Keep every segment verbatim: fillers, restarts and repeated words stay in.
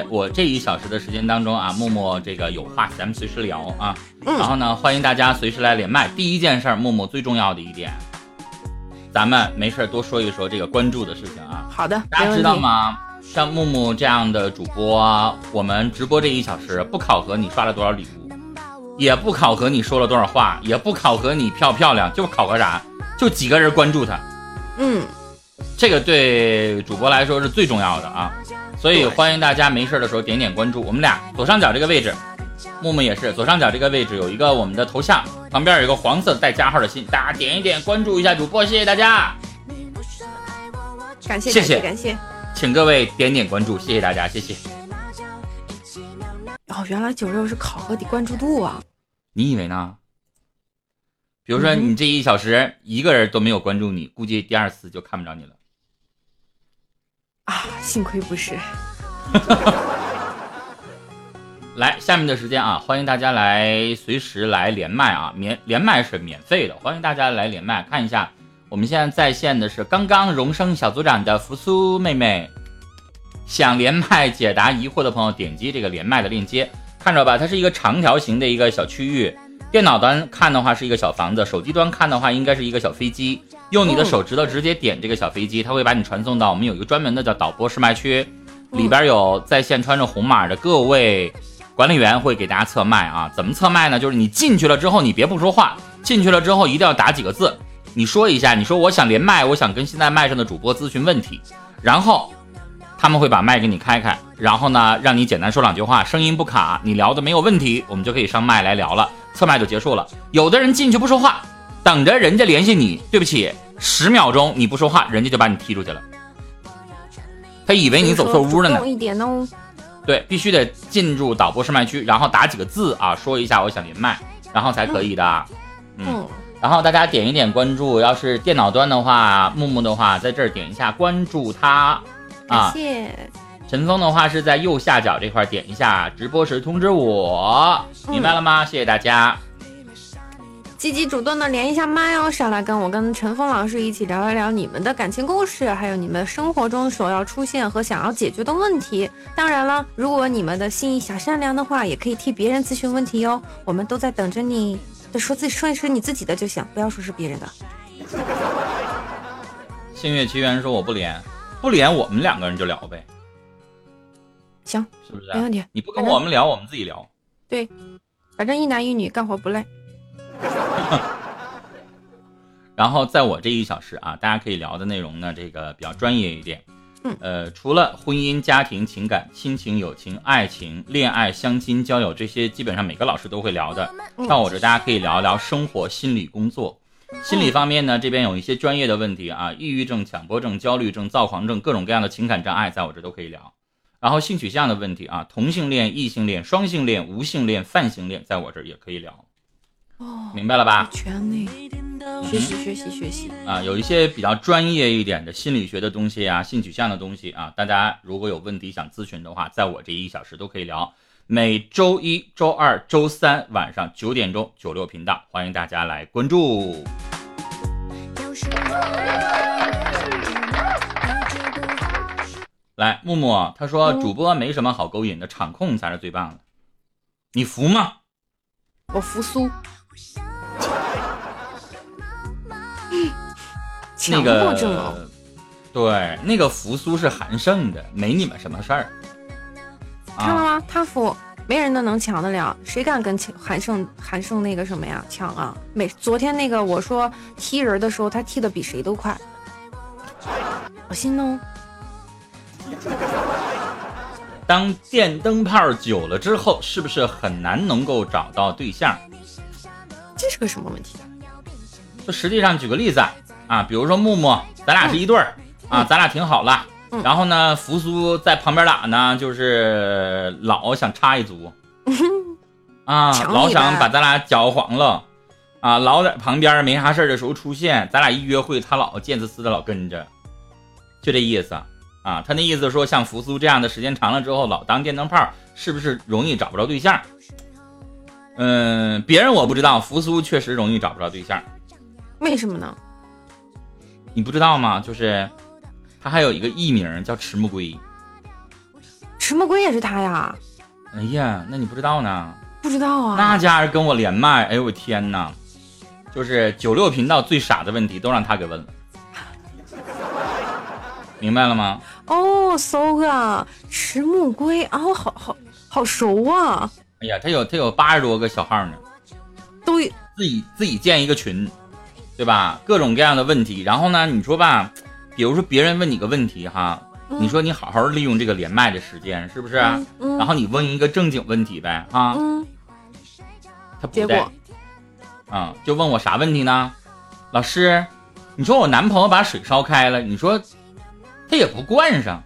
我这一小时的时间当中啊，默默这个有话咱们随时聊啊，嗯、然后呢，欢迎大家随时来连麦。第一件事，默默最重要的一点，咱们没事多说一说这个关注的事情啊。 好的， 大家知道吗？像木木这样的主播啊，我们直播这一小时不考核你刷了多少礼物，也不考核你说了多少话，也不考核你漂不漂亮，就考核啥？就几个人关注他。 嗯， 这个对主播来说是最重要的啊。所以欢迎大家没事的时候点点关注。我们俩左上角这个位置，木木也是左上角这个位置有一个我们的头像，旁边有一个黄色带加号的心，大家点一点关注一下主播，谢谢大家， 感谢谢谢感谢， 请各位点点关注，谢谢大家，谢谢。 哦，原来九六是考核的关注度啊！ 你以为呢？比如说你这一小时一个人都没有关注你，估计第二次就看不着你了。 啊，幸亏不是。 来，下面的时间啊，欢迎大家来随时来连麦啊，免连麦是免费的，欢迎大家来连麦。看一下，我们现在在线的是刚刚荣升小组长的扶苏妹妹，想连麦解答疑惑的朋友，点击这个连麦的链接，看着吧，它是一个长条形的一个小区域。电脑端看的话是一个小房子，手机端看的话应该是一个小飞机。用你的手指头直接点这个小飞机，它会把你传送到我们有一个专门的叫导播试麦区，里边有在线穿着红码的各位管理员会给大家测麦啊。怎么测麦呢？就是你进去了之后，你别不说话，进去了之后一定要打几个字，你说一下，你说我想连麦，我想跟现在麦上的主播咨询问题，然后他们会把麦给你开开，然后呢让你简单说两句话，声音不卡，你聊的没有问题，我们就可以上麦来聊了，测麦就结束了。有的人进去不说话，等着人家联系你，对不起，十秒钟你不说话，人家就把你踢出去了。他以为你走错屋了呢。 一点哦。 对，必须得进入导播试麦区，然后打几个字啊，说一下我想连麦，然后才可以的。嗯。嗯然后大家点一点关注，要是电脑端的话，木木的话，在这儿点一下关注他啊。 谢谢。 陈峰的话是在右下角这块点一下直播时通知我，明白了吗？嗯、谢谢大家。 积极主动的连一下麦哦，上来跟我跟陈峰老师一起聊一聊你们的感情故事，还有你们生活中所要出现和想要解决的问题。当然了，如果你们的心意小善良的话，也可以替别人咨询问题哦，我们都在等着你。就说自己说一说你自己的就行，不要说是别人的。 星月奇缘说我不连，不连我们两个人就聊呗。 行， 是不是？ 没问题。 你不跟我们聊，我们自己聊。 对，反正一男一女干活不累。 然后在我这一小时啊，大家可以聊的内容呢，这个比较专业一点。 嗯， 呃，除了婚姻、家庭、情感、亲情、友情、爱情、恋爱、相亲、交友这些，基本上每个老师都会聊的。到我这，大家可以聊一聊生活、心理、工作。心理方面呢，这边有一些专业的问题啊，抑郁症、强迫症、焦虑症、躁狂症，各种各样的情感障碍，在我这都可以聊。然后性取向的问题啊，同性恋、异性恋、双性恋、无性恋、泛性恋，在我这儿也可以聊。 哦， 明白了吧？ 全呢。学习学习学习啊，有一些比较专业一点的心理学的东西啊，性取向的东西啊，大家如果有问题想咨询的话，在我这一小时都可以聊。每周一、周二、周三晚上九点钟九六频道，欢迎大家来关注。来，木木他说主播没什么好勾引的，场控才是最棒的，你服吗？ 我服苏。 那个对，那个扶苏是韩胜的，没你们什么事儿。 看了吗？啊、他服，没人都能抢得了，谁敢跟韩胜韩胜那个什么呀抢啊？每昨天那个我说踢人的时候，他踢的比谁都快，小心哦。 当电灯泡久了之后，是不是很难能够找到对象？ 这是个什么问题？ 就实际上举个例子啊，比如说木木，咱俩是一对儿、嗯、啊，咱俩挺好了、嗯、然后呢扶苏在旁边打呢，就是老想插一足啊，老想把咱俩搅黄了啊，老在旁边没啥事的时候出现，咱俩一约会他老贱滋滋的老跟着，就这意思啊。他那意思说像扶苏这样的时间长了之后老当电灯泡，是不是容易找不着对象？嗯，别人我不知道，扶苏确实容易找不着对象。 为什么呢？ 你不知道吗？就是他还有一个艺名叫迟木龟。 迟迟暮归也是他呀。 哎呀，那你不知道呢？ 不知道啊。 那家人跟我连麦，哎呦我天哪，就是九六频道最傻的问题都让他给问了，明白了吗？ 哦，搜个迟暮归啊，我好好好熟啊。 哎呀，他有他有八十多个小号呢， 都自己自己建一个群，对吧？各种各样的问题，然后呢，你说吧，比如说别人问你个问题哈，嗯、你说你好好利用这个连麦的时间，是不是？ 嗯嗯、 然后你问一个正经问题呗，哈。 嗯。 他不对。啊、嗯，就问我啥问题呢？老师，你说我男朋友把水烧开了，你说他也不灌上，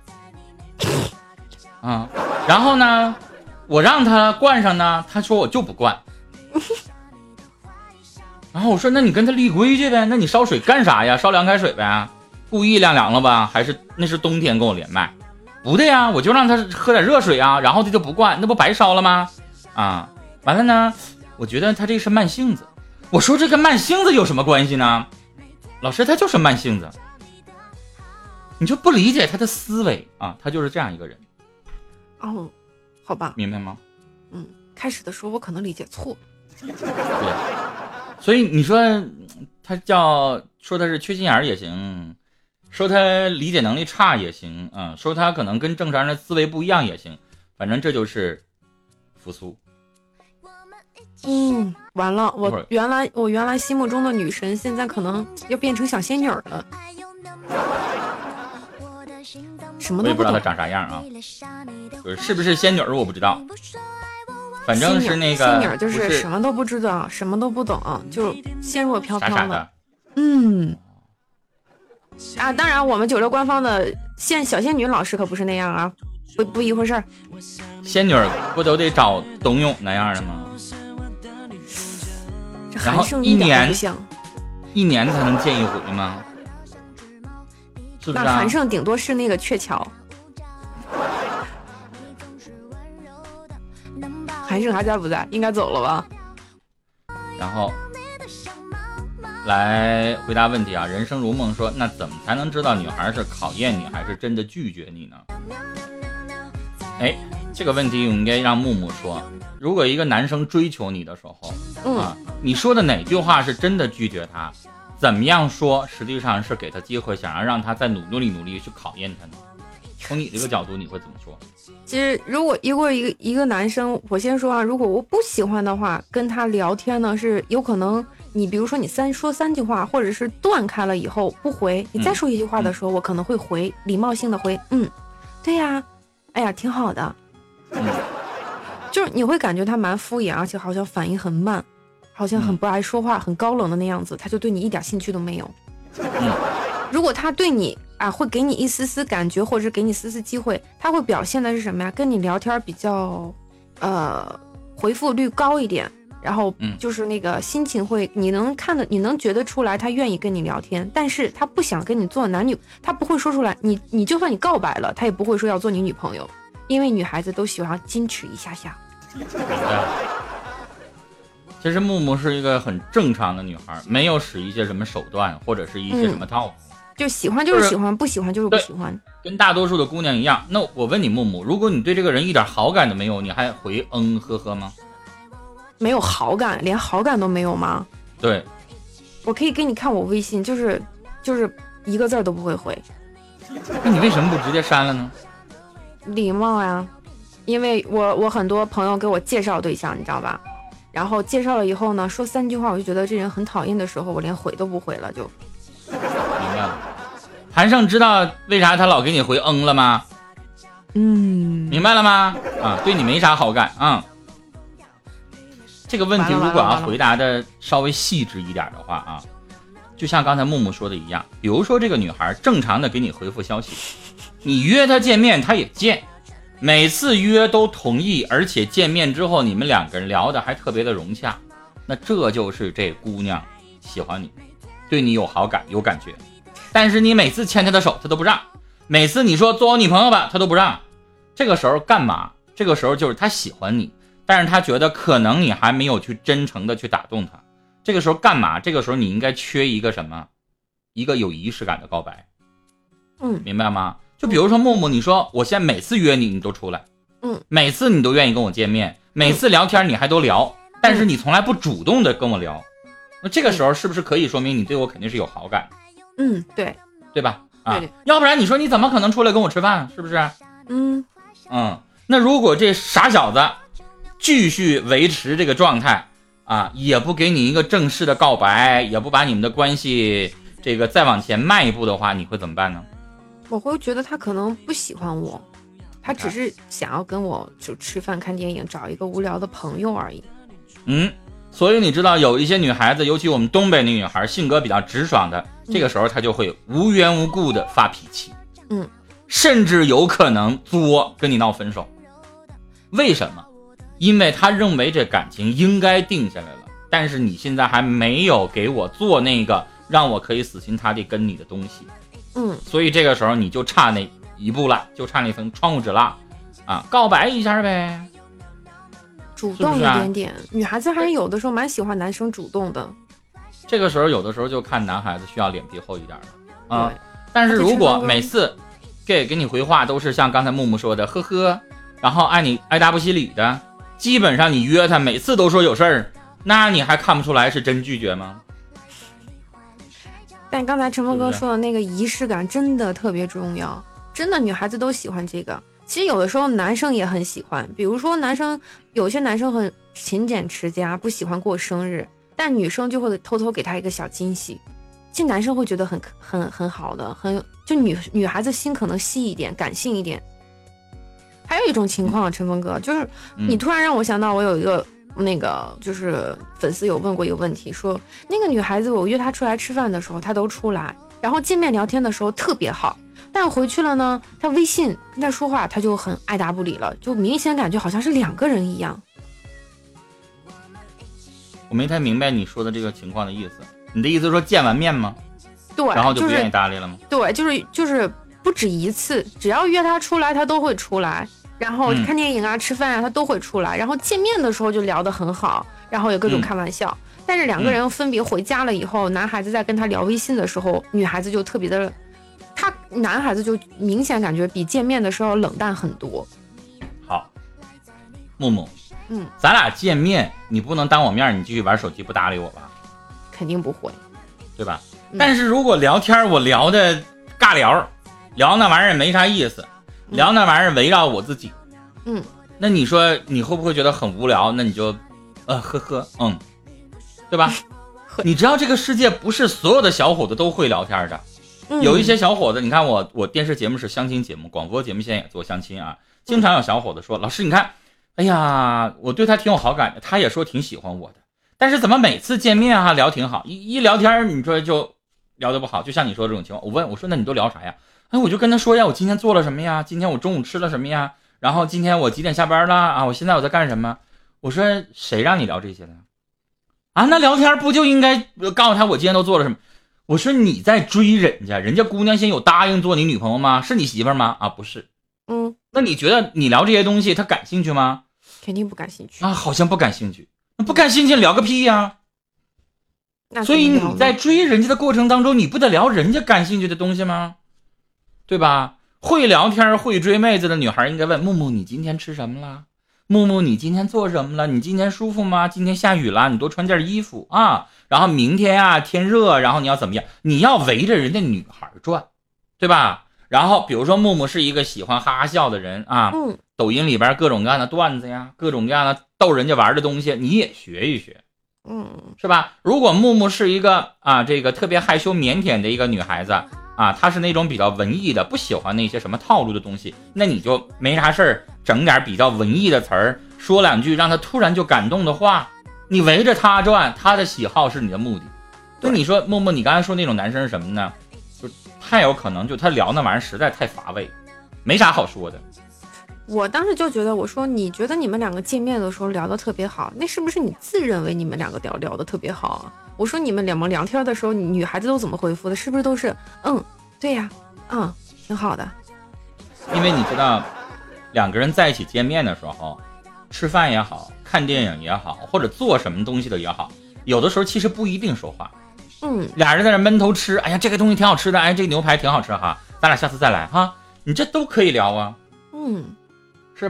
啊、嗯，然后呢，我让他灌上呢，他说我就不灌。然后我说那你跟他立规矩呗，那你烧水干啥呀？烧凉开水呗，故意凉凉了吧？还是那是冬天跟我连麦？不对呀，我就让他喝点热水啊，然后他就不灌，那不白烧了吗？啊，完了呢，我觉得他这是慢性子。我说这跟慢性子有什么关系呢？老师他就是慢性子，你就不理解他的思维啊，他就是这样一个人。 哦，好吧， 明白吗？ 嗯，开始的时候我可能理解错。 对，所以你说他叫说他是缺心眼儿也行，说他理解能力差也行，嗯，说他可能跟正常人的思维不一样也行，反正这就是复苏。 嗯，完了，我原来我原来心目中的女神，现在可能要变成小仙女了。什么都不懂， 我也不知道她长啥样啊，就是是不是仙女我不知道，反正是那个仙女就是什么都不知道，什么都不懂，就仙若飘飘的。 傻傻的。 嗯。啊，当然我们九六官方的仙小仙女老师可不是那样啊，不不一回事儿。 仙女不都得找董永那样的吗？然后一年一年才能见一回吗？是不是、啊？ 那韩胜顶多是那个鹊桥，韩胜还在不在？应该走了吧。 然后来回答问题啊！人生如梦说，那怎么才能知道女孩是考验你还是真的拒绝你呢？哎，这个问题我应该让木木说。如果一个男生追求你的时候， 嗯、 啊，你说的哪句话是真的拒绝他？怎么样说实际上是给他机会，想要让他再努努力努力去考验他呢？从你这个角度你会怎么说？ 其实如果如果一个一个男生，我先说啊，如果我不喜欢的话，跟他聊天呢是有可能，你比如说你三说三句话，或者是断开了以后不回，你再说一句话的时候，嗯、我可能会回礼貌性的回，嗯，对呀，哎呀，挺好的， 嗯， 就是你会感觉他蛮敷衍，而且好像反应很慢，好像很不爱说话，嗯、很高冷的那样子，他就对你一点兴趣都没有。 嗯， 如果他对你啊会给你一丝丝感觉，或者是给你丝丝机会，他会表现的是什么呀？跟你聊天比较呃回复率高一点，然后就是那个心情会，你能看的，你能觉得出来他愿意跟你聊天，但是他不想跟你做男女，他不会说出来，你你就算你告白了，他也不会说要做你女朋友，因为女孩子都喜欢矜持一下下。 其实木木是一个很正常的女孩，没有使一些什么手段或者是一些什么套路， 嗯、就喜欢就是喜欢，就是、不喜欢就是不喜欢， 跟大多数的姑娘一样。那我问你木木，如果你对这个人一点好感都没有，你还回嗯呵呵吗？ 没有好感，连好感都没有吗？ 对， 我可以给你看我微信，就是就是一个字都不会回。 那你为什么不直接删了呢？ 礼貌呀，因为我我很多朋友给我介绍对象，你知道吧？然后介绍了以后呢，说三句话我就觉得这人很讨厌的时候，我连回都不回了就。 明白了。韩胜知道为啥他老给你回嗯了吗？ 嗯， 明白了吗？啊，对你没啥好感啊。这个问题如果要回答的稍微细致一点的话啊，就像刚才木木说的一样，比如说这个女孩正常的给你回复消息，你约她见面她也见，每次约都同意，而且见面之后你们两个人聊的还特别的融洽，那这就是这姑娘喜欢你，对你有好感有感觉。但是你每次牵她的手她都不让，每次你说做我女朋友吧她都不让，这个时候干嘛？这个时候就是她喜欢你，但是她觉得可能你还没有去真诚的去打动她，这个时候干嘛？这个时候你应该缺一个什么？一个有仪式感的告白。 嗯， 明白吗？就比如说木木，你说我现在每次约你你都出来， 嗯， 每次你都愿意跟我见面，每次聊天你还都聊，嗯、但是你从来不主动的跟我聊，那这个时候是不是可以说明你对我肯定是有好感？ 嗯，对， 对吧？啊， 对对， 要不然你说你怎么可能出来跟我吃饭？是不是？ 嗯嗯，那如果这傻小子继续维持这个状态啊，也不给你一个正式的告白，也不把你们的关系这个再往前迈一步的话，你会怎么办呢？ 我会觉得他可能不喜欢我，他只是想要跟我就吃饭看电影，找一个无聊的朋友而已。 嗯，所以你知道有一些女孩子，尤其我们东北那女孩，性格比较直爽的，这个时候她就会无缘无故的发脾气， 嗯， 甚至有可能作跟你闹分手。为什么？因为她认为这感情应该定下来了，但是你现在还没有给我做那个让我可以死心塌地跟你的东西， 嗯， 所以这个时候你就差那一步了，就差那层窗户纸了啊，告白一下呗， 主动一点点，是是啊、女孩子还是有的时候蛮喜欢男生主动的。 这个时候有的时候就看男孩子需要脸皮厚一点了啊。但是如果每次给给你回话都是像刚才木木说的呵呵，然后爱你爱答不理的，基本上你约他每次都说有事儿，那你还看不出来是真拒绝吗？ 但刚才陈峰哥说的那个仪式感真的特别重要，真的女孩子都喜欢这个。其实有的时候男生也很喜欢，比如说男生有些男生很勤俭持家，不喜欢过生日，但女生就会偷偷给他一个小惊喜，其实男生会觉得很很很好的，很就女女孩子心可能细一点，感性一点。还有一种情况，陈峰哥，就是你突然让我想到，我有一个那个就是粉丝有问过一个问题，说那个女孩子我约她出来吃饭的时候，她都出来，然后见面聊天的时候特别好，但回去了呢，她微信跟她说话，她就很爱答不理了，就明显感觉好像是两个人一样。 我没太明白你说的这个情况的意思，你的意思说见完面吗？ 对， 然后就不愿意搭理了吗？ 就是、对，就是就是不止一次，只要约她出来，她都会出来。然后看电影啊、嗯、吃饭啊，他都会出来。然后见面的时候就聊得很好，然后有各种开玩笑。嗯、但是两个人分别回家了以后，嗯、男孩子在跟他聊微信的时候，女孩子就特别的，他男孩子就明显感觉比见面的时候冷淡很多。 好，木木， 嗯， 咱俩见面，你不能当我面你继续玩手机不搭理我吧？ 肯定不会， 对吧？嗯、但是如果聊天我聊的尬聊，聊那玩意儿没啥意思。聊那玩意儿围绕我自己， 嗯， 那你说你会不会觉得很无聊？那你就，呃，呵呵，嗯，对吧？你知道这个世界不是所有的小伙子都会聊天的， 嗯、 有一些小伙子，你看我我电视节目是相亲节目，广播节目现在也做相亲啊，经常有小伙子说，老师你看，哎呀，我对他挺有好感的，他也说挺喜欢我的，但是怎么每次见面哈、啊、聊挺好，一一聊天你说就聊得不好，就像你说这种情况，我问我说那你都聊啥呀？哎，我就跟他说呀，我今天做了什么呀？今天我中午吃了什么呀？然后今天我几点下班了啊？我现在我在干什么？我说谁让你聊这些的？啊，那聊天不就应该告诉他我今天都做了什么？我说你在追人家，人家姑娘先有答应做你女朋友吗？是你媳妇吗？啊，不是。 嗯， 那你觉得你聊这些东西，他感兴趣吗？ 肯定不感兴趣啊，好像不感兴趣。那不感兴趣聊个屁呀！所以你在追人家的过程当中，你不得聊人家感兴趣的东西吗？对吧？会聊天会追妹子的女孩应该问木木你今天吃什么了？木木你今天做什么了？你今天舒服吗？今天下雨了，你多穿件衣服啊。然后明天啊天热，然后你要怎么样？你要围着人家女孩转，对吧？然后比如说木木是一个喜欢哈哈笑的人啊， 嗯， 抖音里边各种各样的段子呀，各种各样的逗人家玩的东西你也学一学， 嗯， 是吧？如果木木是一个啊这个特别害羞腼腆的一个女孩子啊，她是那种比较文艺的，不喜欢那些什么套路的东西，那你就没啥事儿，整点比较文艺的词儿，说两句让她突然就感动的话，你围着她转，她的喜好是你的目的。那你说默默，你刚才说那种男生是什么呢？就太有可能就他聊那玩意儿实在太乏味，没啥好说的。 我当时就觉得，我说你觉得你们两个见面的时候聊得特别好，那是不是你自认为你们两个聊聊得特别好啊？我说你们两个聊天的时候，你女孩子都怎么回复的？是不是都是嗯，对呀，嗯，挺好的。 因为你知道，两个人在一起见面的时候，吃饭也好，看电影也好，或者做什么东西的也好，有的时候其实不一定说话。 嗯， 俩人在那闷头吃，哎呀，这个东西挺好吃的，哎，这个牛排挺好吃哈，咱俩下次再来哈，你这都可以聊啊。 嗯， 是吧？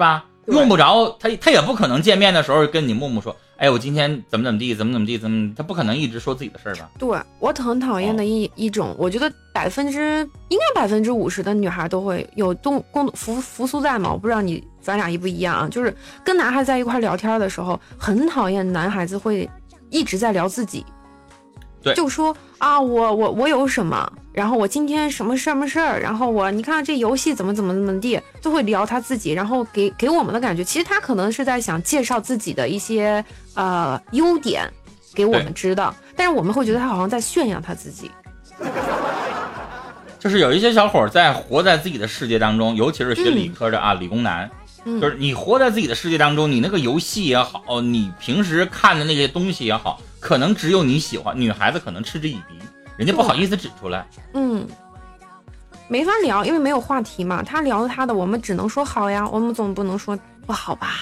用不着他，他也不可能见面的时候跟你木木说，哎，我今天怎么怎么地，怎么怎么地，怎么，他不可能一直说自己的事儿吧？ 对，我很讨厌的一、哦、一种，我觉得百分之应该百分之五十的女孩都会有动共浮浮苏在嘛，我不知道你咱俩一不一样啊，就是跟男孩子在一块聊天的时候，很讨厌男孩子会一直在聊自己。 对， 就说啊，我我我有什么，然后我今天什么什么事儿，然后我你看这游戏怎么怎么怎么地，都会聊他自己，然后给给我们的感觉，其实他可能是在想介绍自己的一些呃优点给我们知道，但是我们会觉得他好像在炫耀他自己。 就是有一些小伙在活在自己的世界当中，尤其是学理科的啊，嗯、理工男。就是你活在自己的世界当中，你那个游戏也好，你平时看的那些东西也好，可能只有你喜欢，女孩子可能嗤之以鼻，人家不好意思指出来。 嗯，没法聊，因为没有话题嘛。他聊他的，我们只能说好呀，我们总不能说不好吧，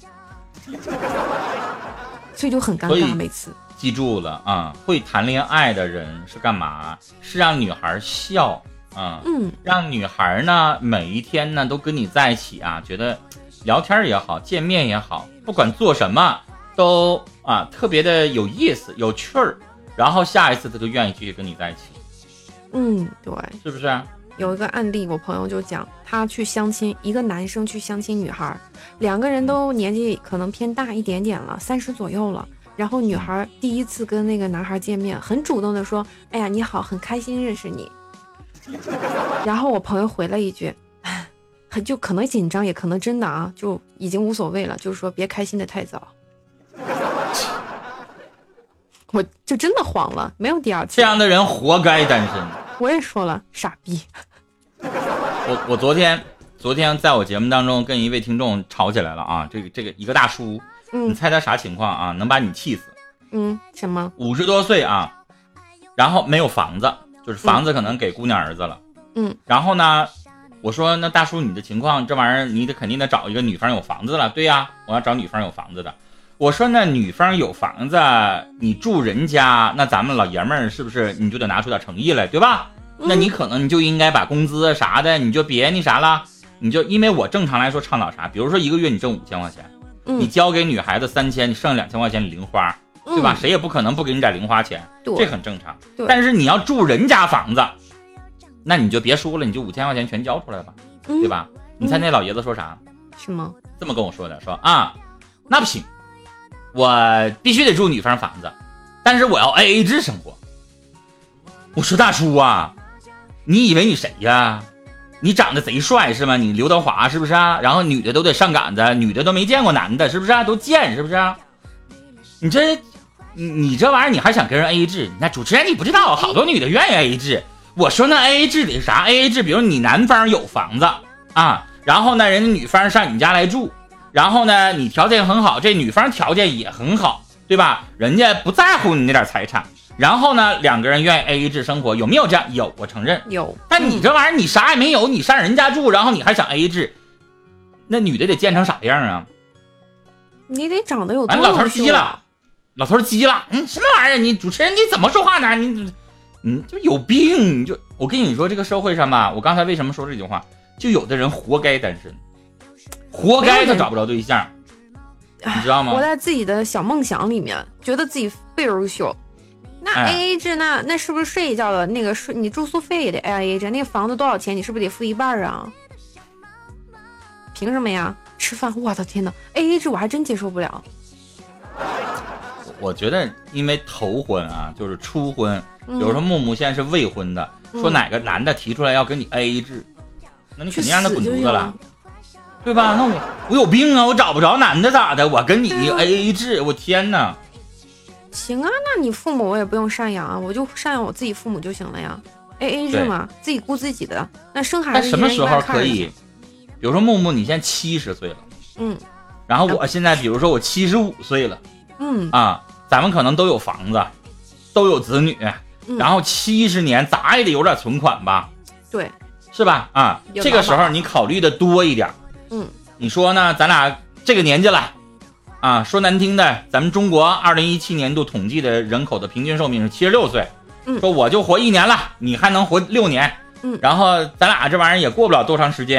所以就很尴尬。每次记住了啊，会谈恋爱的人是干嘛？是让女孩笑啊，嗯，让女孩呢每一天呢都跟你在一起啊，觉得聊天也好，见面也好，不管做什么都啊特别的有意思、有趣儿，然后下一次他就愿意继续跟你在一起。 嗯，对， 是不是？ 有一个案例，我朋友就讲，他去相亲，一个男生去相亲女孩，两个人都年纪可能偏大一点点了，三十左右了。然后女孩第一次跟那个男孩见面，很主动的说：“哎呀，你好，很开心认识你。”然后我朋友回了一句，就可能紧张，也可能真的啊，就已经无所谓了，就是说别开心的太早。我就真的慌了，没有第二次。 这样的人活该单身。 我也说了，傻逼。 我我昨天昨天在我节目当中跟一位听众吵起来了啊，这个这个一个大叔，嗯，你猜他啥情况啊？能把你气死。 嗯，什么？ 五十多岁啊，然后没有房子，就是房子可能给姑娘儿子了。 嗯， 然后呢，我说那大叔你的情况，这玩意儿你得肯定得找一个女方有房子了。对呀，我要找女方有房子的。我说那女方有房子，你住人家，那咱们老爷们儿是不是你就得拿出点诚意来，对吧？嗯、那你可能你就应该把工资啥的，你就别那啥了，你就因为我正常来说倡导啥，比如说一个月你挣五千块钱，嗯、你交给女孩子三千，你剩两千块钱零花，对吧？嗯、谁也不可能不给你点零花钱，这很正常。但是你要住人家房子，那你就别说了，你就五千块钱全交出来吧，嗯、对吧？你猜那老爷子说啥？ 是吗？ 这么跟我说的，说啊，那不行。我必须得住女方房子，但是我要 A A 制生活。我说大叔啊，你以为你谁呀？你长得贼帅是吗？你刘德华是不是啊？然后女的都得上杆子，女的都没见过男的，是不是啊？都贱是不是啊？你这你你这玩意儿你还想跟人 A A 制？那主持人你不知道，好多女的愿意 A A 制。我说那 A A 制得啥 ？A A 制，比如你男方有房子啊，然后呢，人家女方上你家来住。然后呢，你条件很好，这女方条件也很好，对吧？人家不在乎你那点财产。然后呢，两个人愿意 A A 制生活，有没有这样？有，我承认有。 但你这玩意儿，你啥也没有，你上人家住，然后你还想 A A 制，那女的得贱成啥样啊？ 你得长得有多优秀。老头急了，老头急了，嗯，什么玩意儿？你主持人你怎么说话呢？你你就有病！你就我跟你说，这个社会上吧，我刚才为什么说这句话？就有的人活该单身。活该他找不着对象，你知道吗？ 活在自己的小梦想里面，觉得自己倍优秀。那 A A 制，那、哎、那是不是睡一觉的那个睡，你住宿费也得 A A 制？那个房子多少钱，你是不是得付一半啊？凭什么呀？吃饭，我的天哪 ！A A 制我还真接受不了。 我觉得，因为头婚啊，就是初婚，比如说木木现在是未婚的，嗯、说哪个男的提出来要跟你 A A 制，那你肯定让他滚犊子了。对吧？那我我有病啊！我找不着男的咋的？我跟你 A A 制，我天哪！ 行啊，那你父母我也不用赡养啊，我就赡养我自己父母就行了呀。A A 制嘛，自己顾自己的。那生孩子什么时候可以？比如说木木，你现在七十岁了， 嗯， 然后我现在比如说我七十五岁了， 嗯啊，咱们可能都有房子，都有子女， 嗯、 然后七十年咋也得有点存款吧？ 对， 是吧？啊，这个时候你考虑的多一点。 嗯， 你说呢？咱俩这个年纪了，啊，说难听的，咱们中国二零一七年度统计的人口的平均寿命是七十六岁。 嗯， 说我就活一年了，你还能活六年。 嗯， 然后咱俩这玩意儿也过不了多长时间，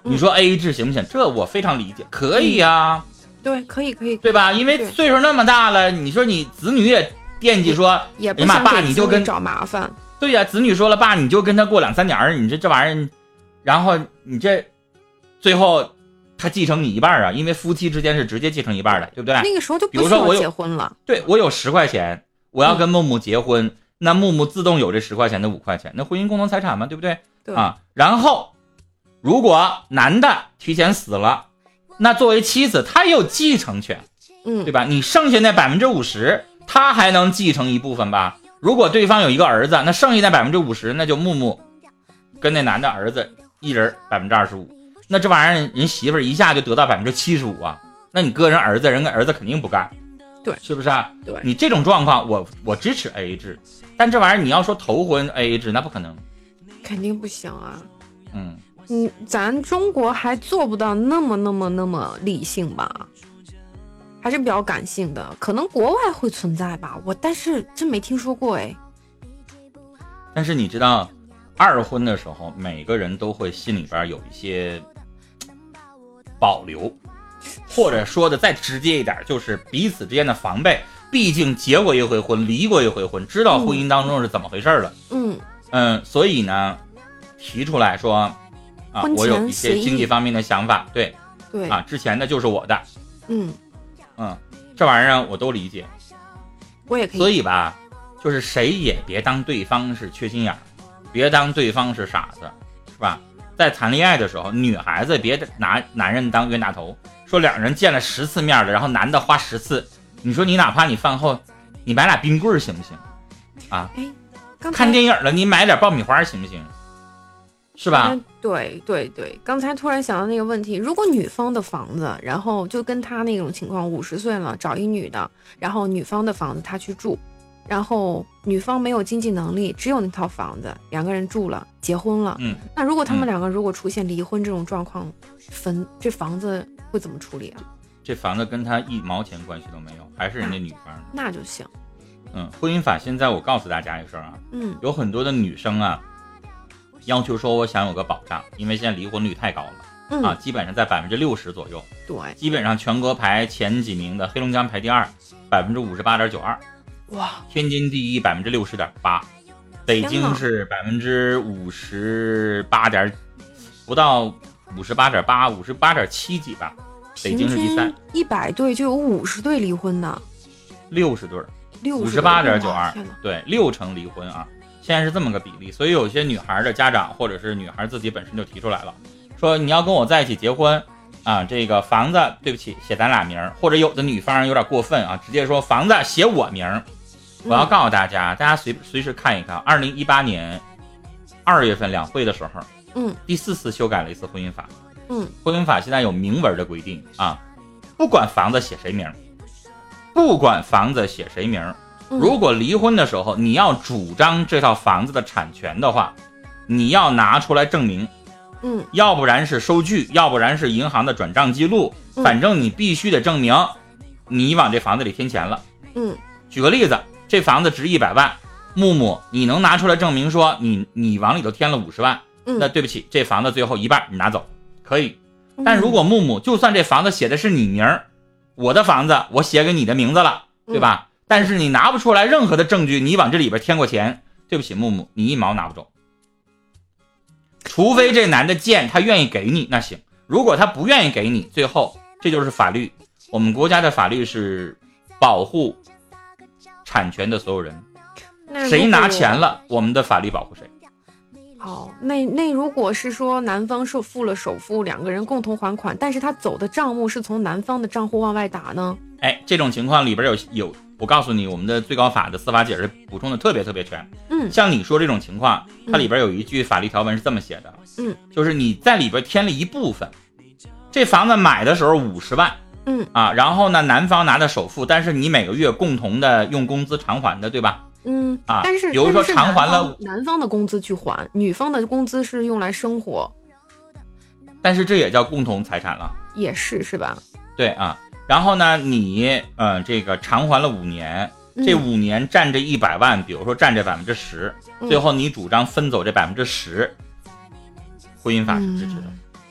你说 A A 制行不行？这我非常理解，可以啊， 嗯、对，可以可以， 对吧？因为岁数那么大了，你说你子女也惦记说， 也不想爸你就跟找麻烦。 对呀、啊，子女说了，爸你就跟他过两三年，你这这玩意儿，然后你这最后他继承你一半啊，因为夫妻之间是直接继承一半的，对不对？ 那个时候就不需要结婚了。 对，我有十块钱，我要跟木木结婚，嗯、那木木自动有这十块钱的五块钱，那婚姻共同财产嘛，对不对？ 对啊，然后如果男的提前死了，那作为妻子他也有继承权， 嗯， 对吧？你剩下那百分之五十，他还能继承一部分吧？如果对方有一个儿子，那剩下那百分之五十，那就木木跟那男的儿子一人百分之二十五，那这玩意儿人媳妇儿一下就得到百分之七十五啊！那你搁人儿子，人家儿子肯定不干， 对， 是不是啊？ 对， 你这种状况，我我支持 A A 制，但这玩意儿你要说头婚 A A 制，那不可能， 肯定不行啊。 嗯， 嗯，咱中国还做不到那么那么那么理性吧？还是比较感性的，可能国外会存在吧，我但是真没听说过哎。 但是你知道，二婚的时候，每个人都会心里边有一些保留，或者说的再直接一点，就是彼此之间的防备。毕竟结过一回婚，离过一回婚，知道婚姻当中是怎么回事了。 嗯嗯，所以呢，提出来说，啊，我有一些经济方面的想法，对对啊，之前的就是我的， 嗯嗯，这玩意儿我都理解， 我也可以。 所以吧，就是谁也别当对方是缺心眼儿，别当对方是傻子，是吧？在谈恋爱的时候，女孩子别拿男人当冤大头，说两人见了十次面了，然后男的花十次，你说你哪怕你饭后你买俩冰棍行不行？啊， 哎， 看电影了你买点爆米花行不行？是吧？ 对对对，刚才突然想到那个问题，如果女方的房子，然后就跟他那种情况，五十岁了找一女的，然后女方的房子他去住，然后女方没有经济能力，只有那套房子，两个人住了，结婚了， 嗯， 那如果他们两个如果出现离婚这种状况，分这房子会怎么处理啊？ 这房子跟他一毛钱关系都没有，还是人家女方。 那就行。 嗯，婚姻法现在我告诉大家一声啊， 嗯， 有很多的女生啊，要求说我想有个保障，因为现在离婚率太高了， 嗯啊，基本上在百分之六十左右。 对， 基本上全国排前几名的，黑龙江排第二，百分之五十八点九二。 哇， 天津第一，百分之六十点八，北京是百分之五十八点，不到五十八点八，五十八点七几吧。北京是第三， 一百对就有五十对离婚的， 六十对， 五十八点九二，对，六成离婚啊，现在是这么个比例。所以有些女孩的家长或者是女孩自己本身就提出来了，说你要跟我在一起结婚啊，这个房子对不起写咱俩名，或者有的女方有点过分啊，直接说房子写我名。我要告诉大家，大家随随时看一看，二零一八年二月份两会的时候， 嗯， 第四次修改了一次婚姻法。 嗯， 婚姻法现在有明文的规定啊，不管房子写谁名，不管房子写谁名，如果离婚的时候你要主张这套房子的产权的话，你要拿出来证明， 嗯， 要不然是收据，要不然是银行的转账记录，反正你必须得证明你往这房子里添钱了。 嗯， 举个例子，这房子值一百万，木木，你能拿出来证明说你你往里头添了五十万， 嗯， 那对不起，这房子最后一半你拿走。可以，但如果木木就算这房子写的是你名儿，我的房子我写给你的名字了，对吧？嗯，但是你拿不出来任何的证据，你往这里边添过钱，对不起木木，你一毛拿不走。除非这男的贱，他愿意给你，那行。如果他不愿意给你，最后这就是法律。我们国家的法律是保护产权的所有人，谁拿钱了，我们的法律保护谁。 好，那那如果是说男方是付了首付，两个人共同还款，但是他走的账目是从男方的账户往外打呢？ 哎，这种情况里边有有，我告诉你，我们的最高法的司法解释补充的特别特别全。 嗯， 像你说这种情况，它里边有一句法律条文是这么写的， 嗯， 就是你在里边添了一部分，这房子买的时候五十万， 嗯啊，然后呢男方拿的首付，但是你每个月共同的用工资偿还的，对吧？ 嗯啊， 但是比如说偿还了男方的工资去还，女方的工资是用来生活， 但是这也叫共同财产了， 也是是吧？ 对啊，然后呢，你呃这个偿还了五年，这五年占这一百万，比如说占这百分之十，最后你主张分走这百分之十，婚姻法是支持的。 嗯，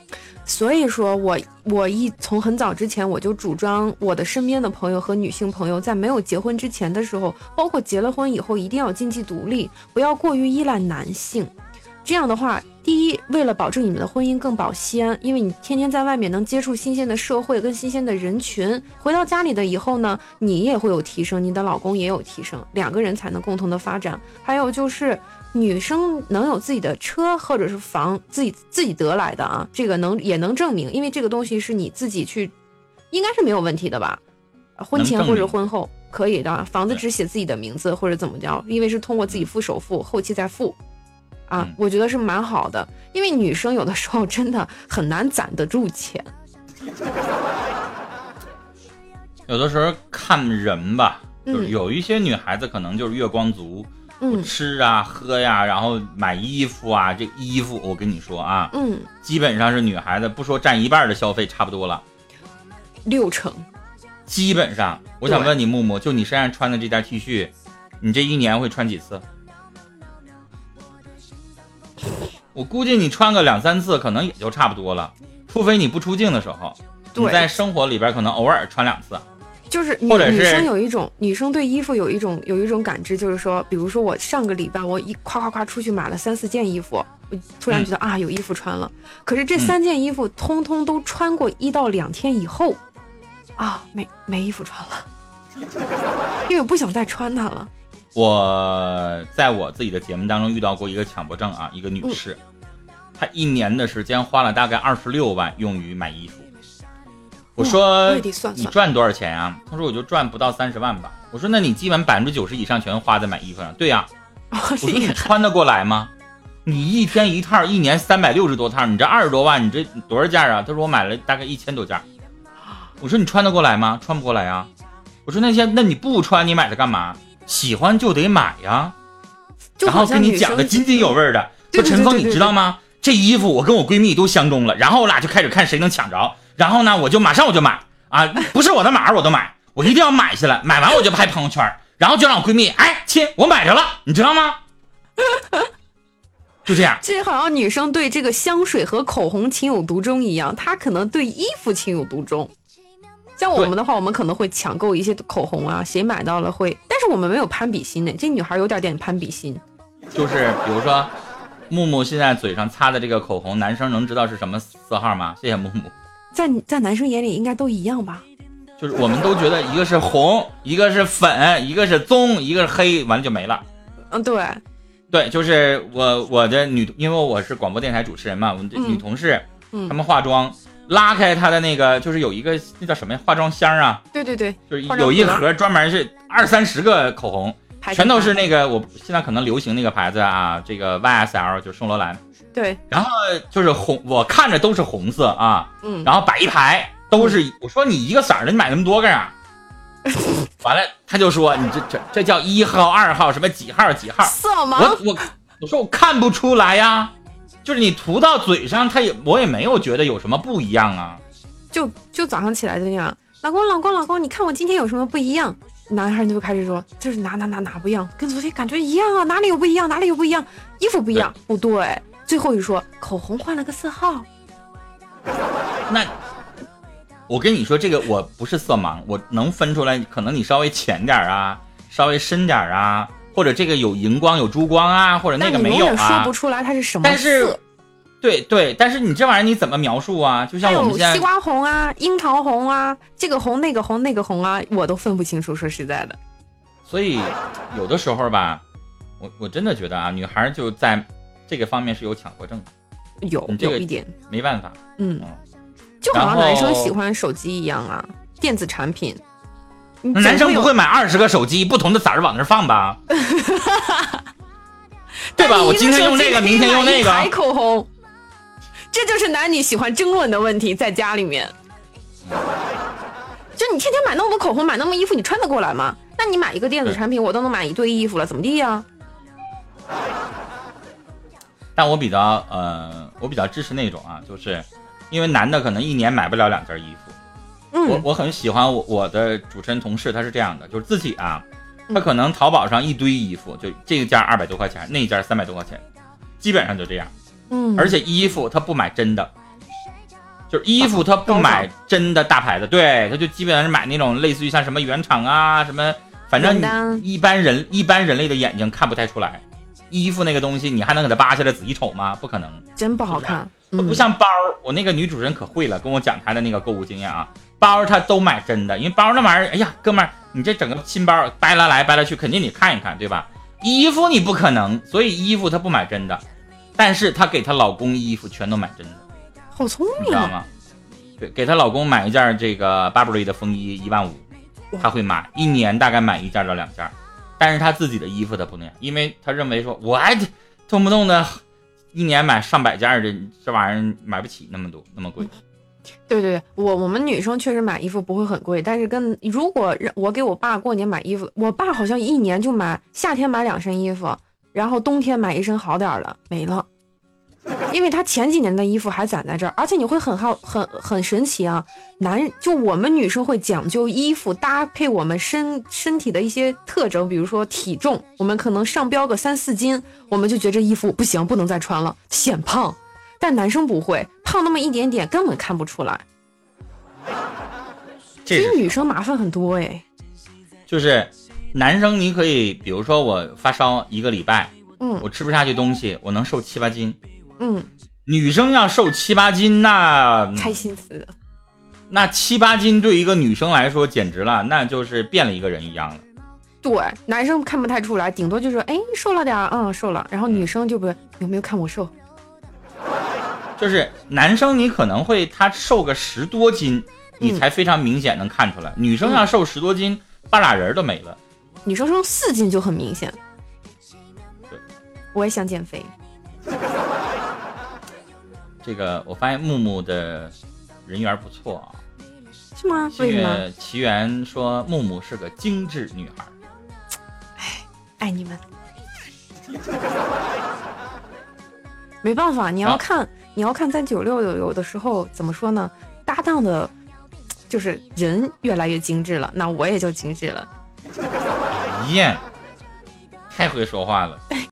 所以说我我一从很早之前我就主张我的身边的朋友和女性朋友在没有结婚之前的时候，包括结了婚以后，一定要经济独立，不要过于依赖男性。这样的话，第一，为了保证你们的婚姻更保鲜，因为你天天在外面能接触新鲜的社会跟新鲜的人群，回到家里的以后呢，你也会有提升，你的老公也有提升，两个人才能共同的发展。还有就是女生能有自己的车或者是房，自己自己得来的啊，这个能也能证明，因为这个东西是你自己去，应该是没有问题的吧？婚前或者婚后可以的，房子只写自己的名字或者怎么着，因为是通过自己付首付，后期再付。啊， 嗯、 我觉得是蛮好的，因为女生有的时候真的很难攒得住钱。 有的时候看人吧，就是有一些女孩子可能就是月光族，嗯，吃啊喝呀，然后买衣服啊，这衣服我跟你说啊， 嗯， 基本上是女孩子不说占一半的消费差不多了， 六成。 基本上，我想问你木木，就你身上穿的这件 T 恤，你这一年会穿几次？我估计你穿个两三次可能也就差不多了，除非你不出镜的时候，你在生活里边可能偶尔穿两次。 就是或者是女生有一种女生对衣服有一种有一种感知，就是说比如说我上个礼拜我一夸夸夸出去买了三四件衣服，我突然觉得、嗯、啊有衣服穿了，可是这三件衣服通通都穿过一到两天以后、嗯、啊没没衣服穿了，因为我不想再穿它了。 我在我自己的节目当中遇到过一个强迫症啊，一个女士、嗯、她一年的时间花了大概二十六万用于买衣服。我说、哦、你赚多少钱啊？她说我就赚不到三十万吧。我说那你基本百分之九十以上全花在买衣服上。对呀、啊哦、我说你穿得过来吗？你一天一套，一年三百六十多套，你这二十多万，你这多少件啊？她说我买了大概一千多件。我说你穿得过来吗？穿不过来啊。我说那些那你不穿你买它干嘛？喜欢就得买呀，然后跟你讲的津津有味的，说陈峰你知道吗？这衣服我跟我闺蜜都相中了，然后我俩就开始看谁能抢着，然后呢我就马上我就买啊，不是我的码我都买，我一定要买下来，买完我就拍朋友圈，然后就让我闺蜜哎亲我买着了，你知道吗？就这样。 这好像女生对这个香水和口红情有独钟一样，她可能对衣服情有独钟。像我们的话，我们可能会抢购一些口红啊，谁买到了会，但是我们没有攀比心呢。这女孩有点点攀比心， 就是比如说，木木现在嘴上擦的这个口红，男生能知道是什么色号吗？谢谢木木。 在在男生眼里应该都一样吧？ 就是我们都觉得一个是红，一个是粉，一个是棕，一个是黑，完了就没了。 嗯，对， 对，就是我我的女，因为我是广播电台主持人嘛，我们的女同事，嗯，她们化妆。拉开它的那个，就是有一个那叫什么呀？化妆箱啊。 对对对， 就是有一盒专门是二三十个口红，全都是那个我现在可能流行那个牌子啊，这个 Y S L 就是圣罗兰。 对。 然后就是红，我看着都是红色啊， 嗯， 然后摆一排都是，嗯、我说你一个色的，你买那么多干啥？完了，他就说你这这这叫一号、二号什么几号几号？ 色盲。 我我我说我看不出来呀。就是你涂到嘴上，它也我也没有觉得有什么不一样啊。 就就早上起来就那样，老公老公老公，你看我今天有什么不一样？男孩就开始说，就是哪哪哪哪不一样，跟昨天感觉一样啊，哪里有不一样，哪里有不一样，衣服不一样，不对。最后一说口红换了个色号。 那我跟你说，这个我不是色盲，我能分出来，可能你稍微浅点啊，稍微深点啊。或者这个有荧光有珠光啊，或者那个没有啊， 说不出来它是什么色。 但是，对对，但是你这玩意儿你怎么描述啊？就像我们现在西瓜红啊、樱桃红啊，这个红那个红那个红啊，我都分不清楚。说实在的， 所以有的时候吧，我我真的觉得啊，女孩就在这个方面是有强迫症的， 有有一点没办法， 嗯，就好像男生喜欢手机一样啊，电子产品。 男生不会买二十个手机，不同的色儿往那放吧？对吧？我今天用这个，明天用那个。 买口红，这就是男女喜欢争论的问题，在家里面。就你天天买那么多口红，买那么多衣服，你穿得过来吗？那你买一个电子产品，我都能买一堆衣服了，怎么地呀？ 但我比较呃，我比较支持那种啊，就是因为男的可能一年买不了两件衣服。我我很喜欢我我的主持人同事，他是这样的，就是自己啊，他可能淘宝上一堆衣服，就这个件二百多块钱，那一件三百多块钱，基本上就这样。 嗯， 而且衣服他不买真的， 就是衣服他不买真的大牌子，对，他就基本上是买那种类似于像什么原厂啊什么，反正一般人一般人类的眼睛看不太出来。衣服那个东西你还能给它扒下来仔细瞅吗？不可能， 真不好看。 不, 不像包、嗯、我那个女主人可会了，跟我讲她的那个购物经验啊。包她都买真的，因为包那玩意儿，哎呀哥们儿，你这整个新包掰拉来掰拉去，肯定你看一看对吧？衣服你不可能，所以衣服她不买真的，但是她给她老公衣服全都买真的。 好聪明， 你知道吗？对，给她老公买一件这个 Burberry 的风衣一万五，她会买，一年大概买一件到两件。但是她自己的衣服她不那样，因为她认为说，我还动不动的一年买上百件的，这玩意儿买不起那么多那么贵。 对对，我我们女生确实买衣服不会很贵，但是跟如果我给我爸过年买衣服，我爸好像一年就买夏天买两身衣服，然后冬天买一身好点的没了。因为他前几年的衣服还攒在这儿，而且你会很好很很神奇啊，男就我们女生会讲究衣服搭配我们身身体的一些特征，比如说体重，我们可能上标个三四斤，我们就觉得这衣服不行，不能再穿了，显胖。但男生不会，胖那么一点点根本看不出来。所以女生麻烦很多哎。 就是男生你可以，比如说我发烧一个礼拜， 嗯， 我吃不下去东西，我能瘦七八斤。 嗯， 女生要瘦七八斤，那开心死了。 那七八斤对一个女生来说简直了，那就是变了一个人一样了。 对，男生看不太出来，顶多就说，哎，瘦了点，嗯，瘦了。然后女生就不有没有看我瘦？ 就是男生你可能会他瘦个十多斤，你才非常明显能看出来。嗯、女生要瘦十多斤，半拉人都没了。 女生瘦四斤就很明显。 对， 我也想减肥。 这个我发现木木的人缘不错啊。 是吗？为什么？ 奇缘说木木是个精致女孩。 哎，爱你们。没办法，你要看、啊、你要看三九六有有的时候怎么说呢？搭档的，就是人越来越精致了，那我也就精致了。 耶，太会说话了。